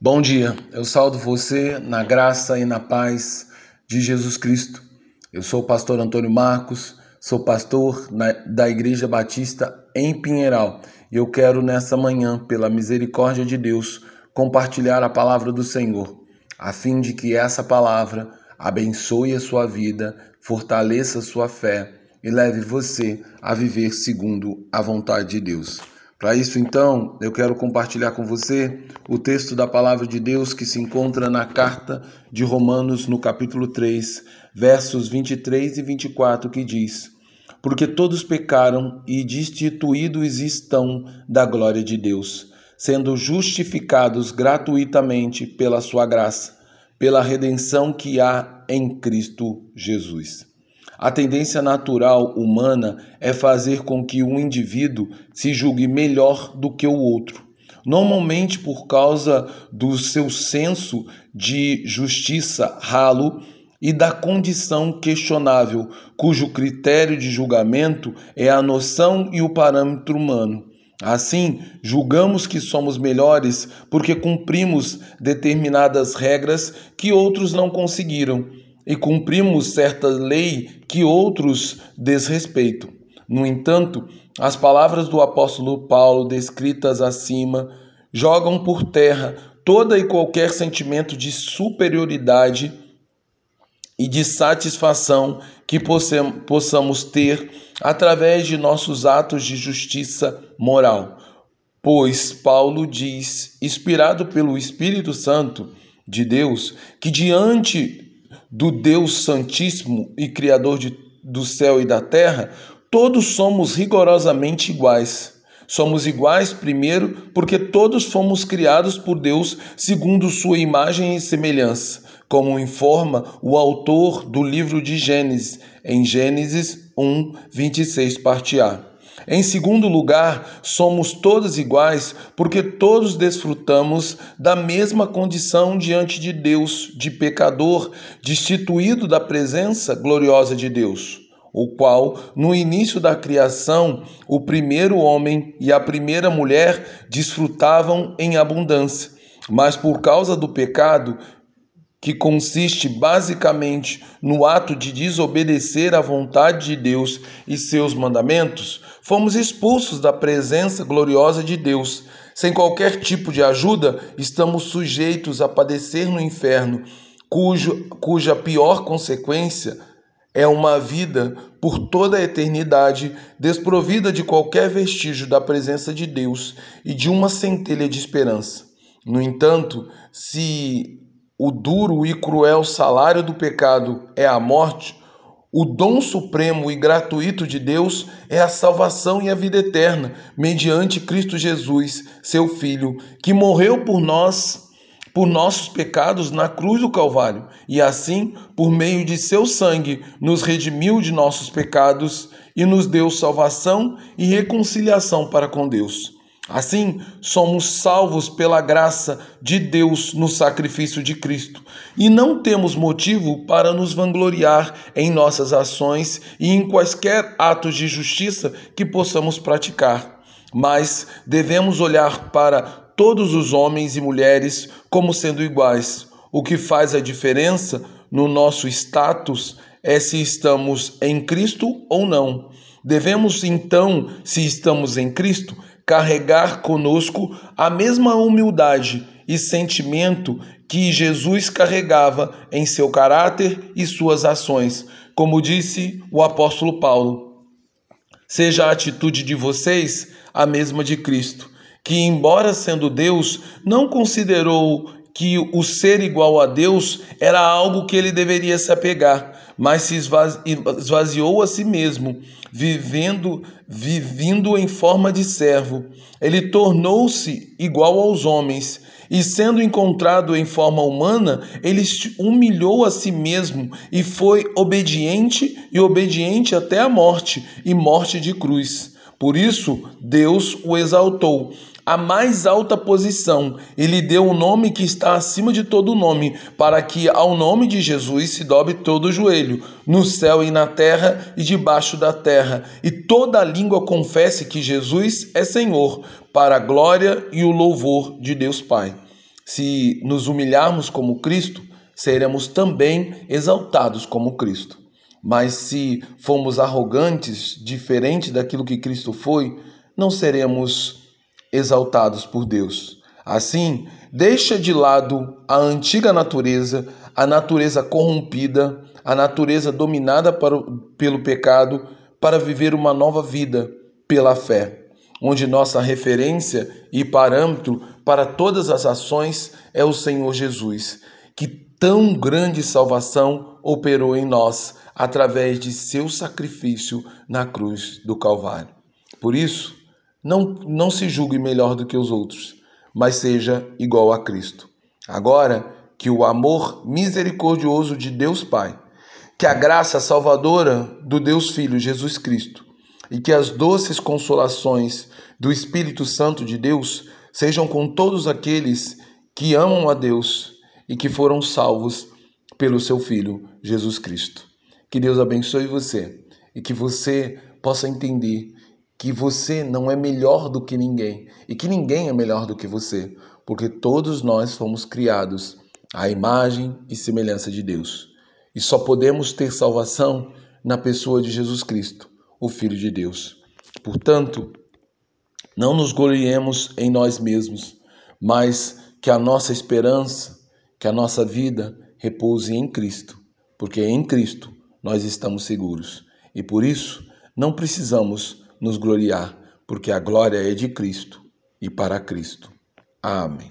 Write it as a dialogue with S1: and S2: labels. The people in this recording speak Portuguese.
S1: Bom dia, eu saúdo você na graça e na paz de Jesus Cristo. Eu sou o pastor Antônio Marcos, sou pastor da Igreja Batista em Pinheiral e eu quero nessa manhã, pela misericórdia de Deus, compartilhar a palavra do Senhor, a fim de que essa palavra abençoe a sua vida, fortaleça a sua fé e leve você a viver segundo a vontade de Deus. Para isso, então, eu quero compartilhar com você o texto da palavra de Deus que se encontra na carta de Romanos, no capítulo 3, versos 23 e 24, que diz: Porque todos pecaram e destituídos estão da glória de Deus, sendo justificados gratuitamente pela sua graça, pela redenção que há em Cristo Jesus. A tendência natural humana é fazer com que um indivíduo se julgue melhor do que o outro, normalmente por causa do seu senso de justiça ralo e da condição questionável, cujo critério de julgamento é a noção e o parâmetro humano. Assim, julgamos que somos melhores porque cumprimos determinadas regras que outros não conseguiram e cumprimos certa lei que outros desrespeitam. No entanto, as palavras do apóstolo Paulo descritas acima jogam por terra toda e qualquer sentimento de superioridade e de satisfação que possamos ter através de nossos atos de justiça moral. Pois Paulo diz, inspirado pelo Espírito Santo de Deus, que diante do Deus Santíssimo e Criador do céu e da terra, todos somos rigorosamente iguais. Somos iguais, primeiro, porque todos fomos criados por Deus segundo sua imagem e semelhança, como informa o autor do livro de Gênesis, em Gênesis 1, 26, parte A. Em segundo lugar, somos todos iguais porque todos desfrutamos da mesma condição diante de Deus, de pecador, destituído da presença gloriosa de Deus, o qual, no início da criação, o primeiro homem e a primeira mulher desfrutavam em abundância. Mas por causa do pecado, que consiste basicamente no ato de desobedecer à vontade de Deus e seus mandamentos, fomos expulsos da presença gloriosa de Deus. Sem qualquer tipo de ajuda, estamos sujeitos a padecer no inferno, cuja pior consequência é uma vida por toda a eternidade desprovida de qualquer vestígio da presença de Deus e de uma centelha de esperança. No entanto, se o duro e cruel salário do pecado é a morte, o dom supremo e gratuito de Deus é a salvação e a vida eterna, mediante Cristo Jesus, seu Filho, que morreu por nós, por nossos pecados na cruz do Calvário, e assim, por meio de seu sangue, nos redimiu de nossos pecados e nos deu salvação e reconciliação para com Deus. Assim, somos salvos pela graça de Deus no sacrifício de Cristo e não temos motivo para nos vangloriar em nossas ações e em quaisquer atos de justiça que possamos praticar, mas devemos olhar para todos os homens e mulheres como sendo iguais. O que faz a diferença no nosso status é se estamos em Cristo ou não. Devemos então, se estamos em Cristo, carregar conosco a mesma humildade e sentimento que Jesus carregava em seu caráter e suas ações, como disse o apóstolo Paulo. Seja a atitude de vocês a mesma de Cristo, que, embora sendo Deus, não considerou que o ser igual a Deus era algo que ele deveria se apegar, mas se esvaziou a si mesmo, vivendo em forma de servo. Ele tornou-se igual aos homens e, sendo encontrado em forma humana, ele humilhou a si mesmo e foi obediente até a morte, e morte de cruz. Por isso, Deus o exaltou à mais alta posição e lhe deu um nome que está acima de todo nome, para que ao nome de Jesus se dobre todo o joelho, no céu e na terra e debaixo da terra, e toda língua confesse que Jesus é Senhor, para a glória e o louvor de Deus Pai. Se nos humilharmos como Cristo, seremos também exaltados como Cristo. Mas se formos arrogantes, diferente daquilo que Cristo foi, não seremos exaltados por Deus. Assim, deixa de lado a antiga natureza, a natureza corrompida, a natureza dominada pelo pecado, para viver uma nova vida pela fé, onde nossa referência e parâmetro para todas as ações é o Senhor Jesus, que tão grande salvação operou em nós através de seu sacrifício na cruz do Calvário. Por isso, não se julgue melhor do que os outros, mas seja igual a Cristo. Agora que o amor misericordioso de Deus Pai, que a graça salvadora do Deus Filho Jesus Cristo e que as doces consolações do Espírito Santo de Deus sejam com todos aqueles que amam a Deus e que foram salvos pelo seu Filho Jesus Cristo. Que Deus abençoe você e que você possa entender que você não é melhor do que ninguém e que ninguém é melhor do que você, porque todos nós fomos criados à imagem e semelhança de Deus. E só podemos ter salvação na pessoa de Jesus Cristo, o Filho de Deus. Portanto, não nos gloriemos em nós mesmos, mas que a nossa esperança, que a nossa vida repouse em Cristo, porque em Cristo nós estamos seguros. E por isso não precisamos nos gloriar, porque a glória é de Cristo e para Cristo. Amém.